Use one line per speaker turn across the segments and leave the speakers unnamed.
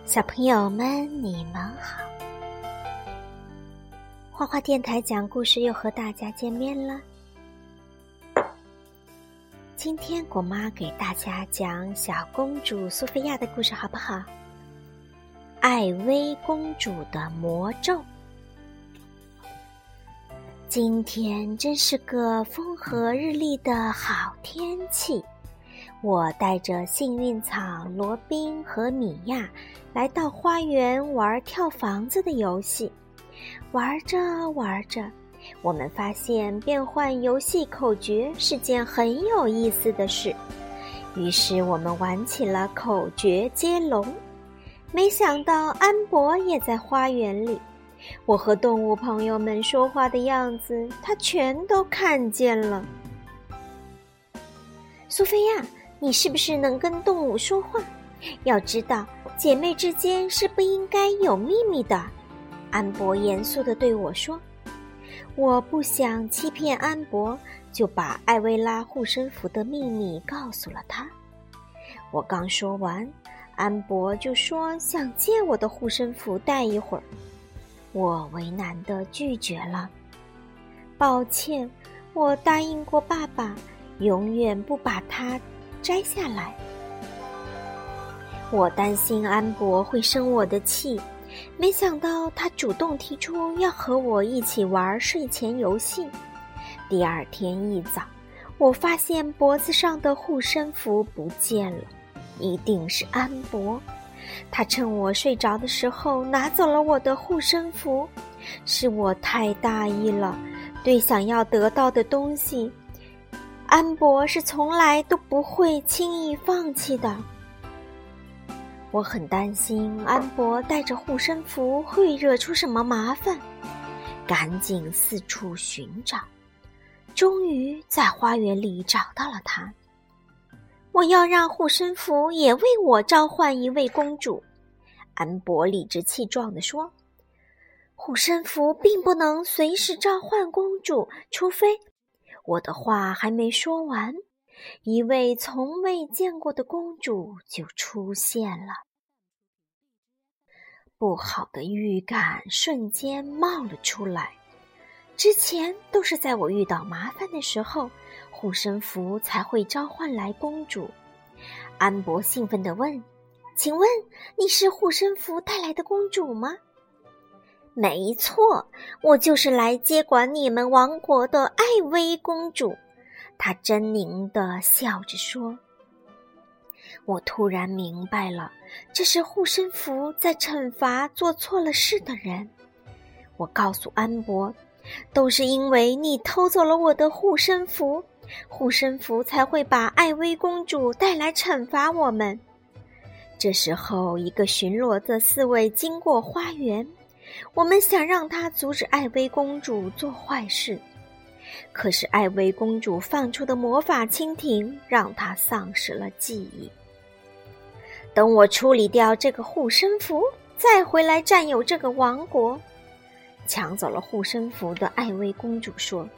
小朋友们，你们好！花花电台讲故事又和大家见面了。今天果妈给大家讲小公主苏菲亚的故事，好不好？艾薇公主的魔咒。今天真是个风和日丽的好天气，我带着幸运草罗宾和米娅来到花园玩跳房子的游戏。玩着玩着，我们发现变换游戏口诀是件很有意思的事，于是我们玩起了口诀接龙。没想到安博也在花园里，我和动物朋友们说话的样子他全都看见了。苏菲亚，你是不是能跟动物说话？要知道，姐妹之间是不应该有秘密的。安博严肃地对我说。我不想欺骗安博，就把艾薇拉护身符的秘密告诉了他。我刚说完，安博就说想借我的护身符戴一会儿。我为难地拒绝了。抱歉，我答应过爸爸，永远不把它摘下来。我担心安博会生我的气，没想到他主动提出要和我一起玩睡前游戏。第二天一早，我发现脖子上的护身符不见了，一定是安博。他趁我睡着的时候拿走了我的护身符，是我太大意了，对想要得到的东西，安博是从来都不会轻易放弃的。我很担心安博带着护身符会惹出什么麻烦，赶紧四处寻找，终于在花园里找到了他。我要让护身符也为我召唤一位公主，安博理直气壮地说。护身符并不能随时召唤公主，除非……我的话还没说完，一位从未见过的公主就出现了。不好的预感瞬间冒了出来，之前都是在我遇到麻烦的时候，护身符才会召唤来公主。安博兴奋地问，请问你是护身符带来的公主吗？没错，我就是来接管你们王国的艾薇公主，她狰狞地笑着说。我突然明白了，这是护身符在惩罚做错了事的人。我告诉安博，都是因为你偷走了我的护身符，护身符才会把艾薇公主带来惩罚我们。这时候，一个巡逻的侍卫经过花园，我们想让他阻止艾薇公主做坏事，可是艾薇公主放出的魔法蜻蜓让她丧失了记忆。等我处理掉这个护身符，再回来占有这个王国。抢走了护身符的艾薇公主说。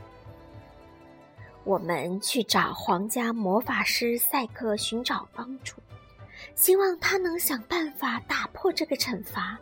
我们去找皇家魔法师赛克寻找帮助，希望他能想办法打破这个惩罚。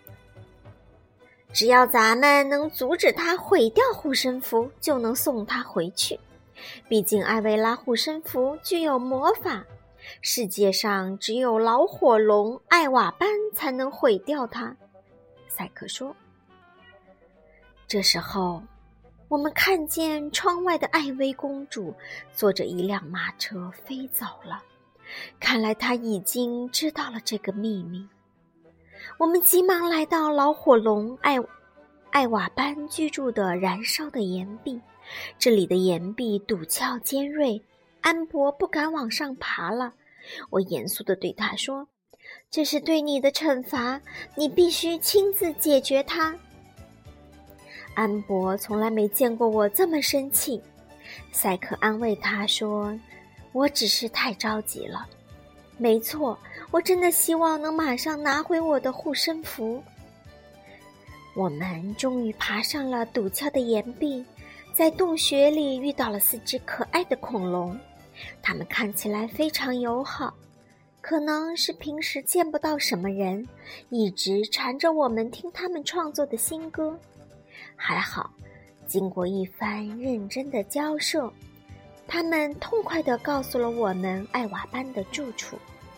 只要咱们能阻止他毁掉护身符，就能送他回去。毕竟艾薇拉护身符具有魔法，世界上只有老火龙艾瓦班才能毁掉它，赛克说。这时候，我们看见窗外的艾薇公主坐着一辆马车飞走了，看来她已经知道了这个秘密。我们急忙来到老火龙艾瓦班居住的燃烧的岩壁，这里的岩壁陡峭尖锐，安博不敢往上爬了。我严肃地对他说，这是对你的惩罚，你必须亲自解决它。安博从来没见过我这么生气，赛克安慰他说，我只是太着急了。没错，我真的希望能马上拿回我的护身符。我们终于爬上了陡峭的岩壁，在洞穴里遇到了4只可爱的恐龙，它们看起来非常友好， 可能是平时见不到什么人，一直缠着我们听他们创作的新歌。还好，经过一番认真的交涉，他们痛快地告诉了我们艾娃班的住处。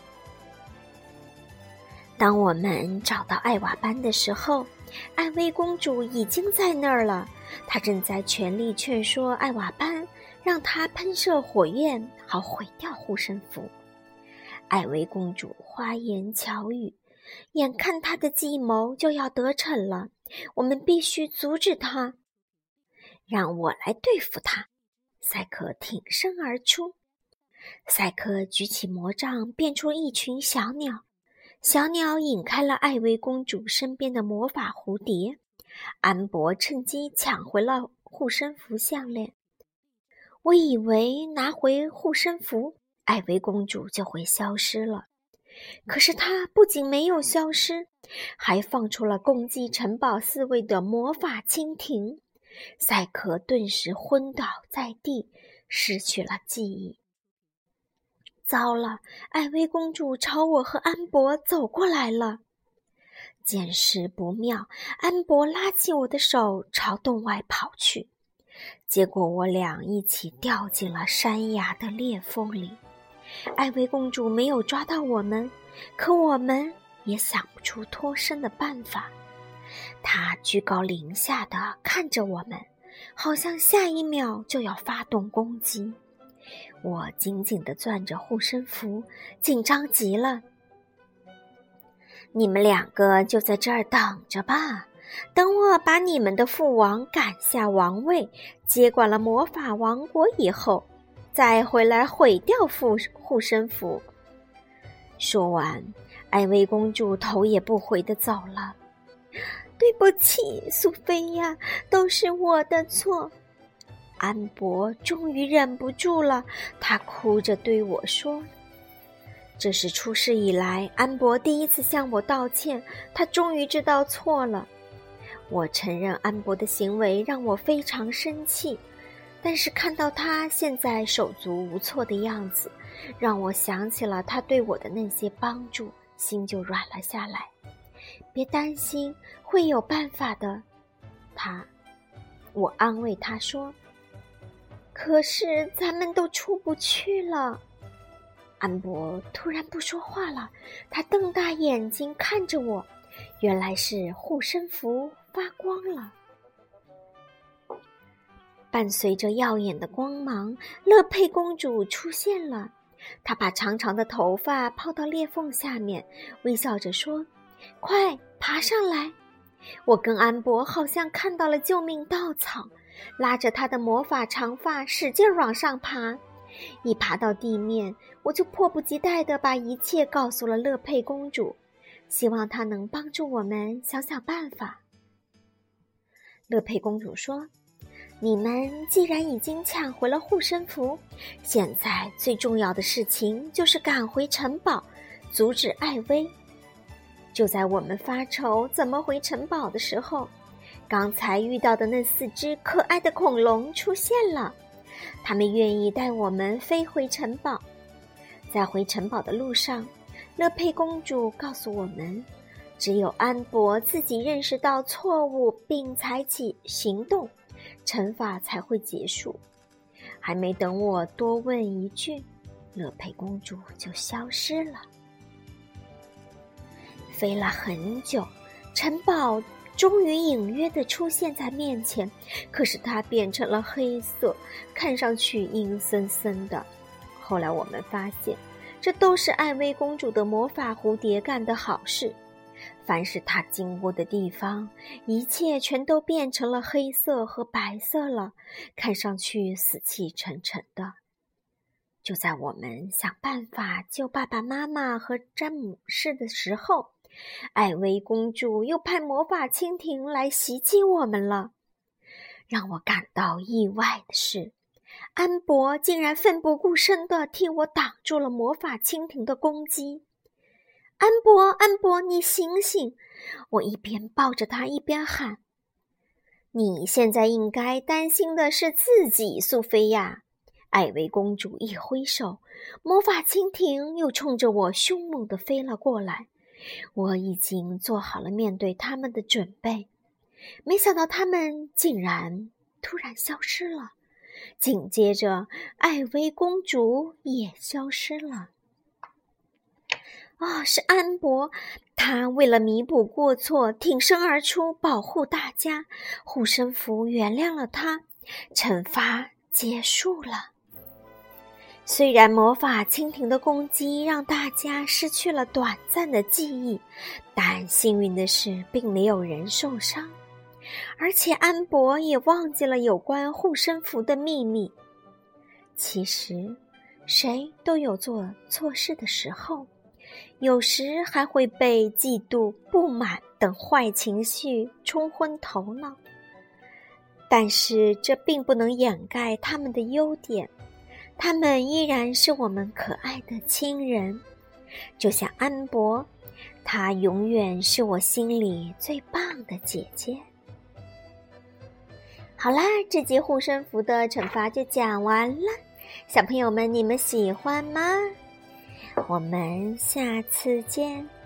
当我们找到艾娃班的时候，艾薇公主已经在那儿了。她正在全力劝说艾娃班，让她喷射火焰，好毁掉护身符。艾薇公主花言巧语，眼看她的计谋就要得逞了，我们必须阻止她。让我来对付她！赛克挺身而出。赛克举起魔杖，变出一群小鸟。小鸟引开了艾薇公主身边的魔法蝴蝶，安博趁机抢回了护身符项链。我以为拿回护身符，艾薇公主就会消失了，可是她不仅没有消失，还放出了攻击城堡四卫的魔法蜻蜓。赛克顿时昏倒在地，失去了记忆。糟了，艾薇公主朝我和安博走过来了。见势不妙，安博拉起我的手朝洞外跑去，结果我俩一起掉进了山崖的裂缝里。艾薇公主没有抓到我们，可我们也想不出脱身的办法。她居高临下地看着我们，好像下一秒就要发动攻击。我紧紧地攥着护身符，紧张极了。你们两个就在这儿等着吧，等我把你们的父王赶下王位，接管了魔法王国以后，再回来毁掉护身符。说完，艾薇公主头也不回地走了。对不起，苏菲亚，都是我的错。安博终于忍不住了，他哭着对我说，这是出事以来安博第一次向我道歉，他终于知道错了。我承认安博的行为让我非常生气，但是看到他现在手足无措的样子，让我想起了他对我的那些帮助，心就软了下来。别担心，会有办法的。我安慰他说，可是咱们都出不去了。安博突然不说话了，他瞪大眼睛看着我，原来是护身符发光了。伴随着耀眼的光芒，乐佩公主出现了。她把长长的头发抛到裂缝下面，微笑着说，快爬上来。我跟安博好像看到了救命稻草，拉着他的魔法长发使劲往上爬。一爬到地面，我就迫不及待地把一切告诉了乐佩公主，希望她能帮助我们想想办法。乐佩公主说，你们既然已经抢回了护身符，现在最重要的事情就是赶回城堡，阻止艾薇。就在我们发愁怎么回城堡的时候，刚才遇到的那4只可爱的恐龙出现了，他们愿意带我们飞回城堡。在回城堡的路上，乐佩公主告诉我们，只有安博自己认识到错误并采取行动，惩罚才会结束。还没等我多问一句，乐佩公主就消失了。飞了很久，城堡终于隐约地出现在面前，可是它变成了黑色，看上去阴森森的。后来我们发现，这都是艾薇公主的魔法蝴蝶干的好事。凡是她经过的地方，一切全都变成了黑色和白色了，看上去死气沉沉的。就在我们想办法救爸爸妈妈和詹姆士的时候，艾薇公主又派魔法蜻蜓来袭击我们了。让我感到意外的是，安博竟然奋不顾身地替我挡住了魔法蜻蜓的攻击。安博，安博，你醒醒！我一边抱着他一边喊。你现在应该担心的是自己，苏菲亚。 艾薇公主一挥手，魔法蜻蜓又冲着我凶猛地飞了过来。我已经做好了面对他们的准备，没想到他们竟然突然消失了。紧接着，艾薇公主也消失了。是安博，他为了弥补过错，挺身而出保护大家。护身符原谅了他，惩罚结束了。虽然魔法蜻蜓的攻击让大家失去了短暂的记忆，但幸运的是并没有人受伤，而且安博也忘记了有关护身符的秘密。其实谁都有做错事的时候，有时还会被嫉妒、不满等坏情绪冲昏头脑，但是这并不能掩盖他们的优点，他们依然是我们可爱的亲人。就像安博，她永远是我心里最棒的姐姐。好啦，这集护身符的惩罚就讲完了，小朋友们，你们喜欢吗？我们下次见。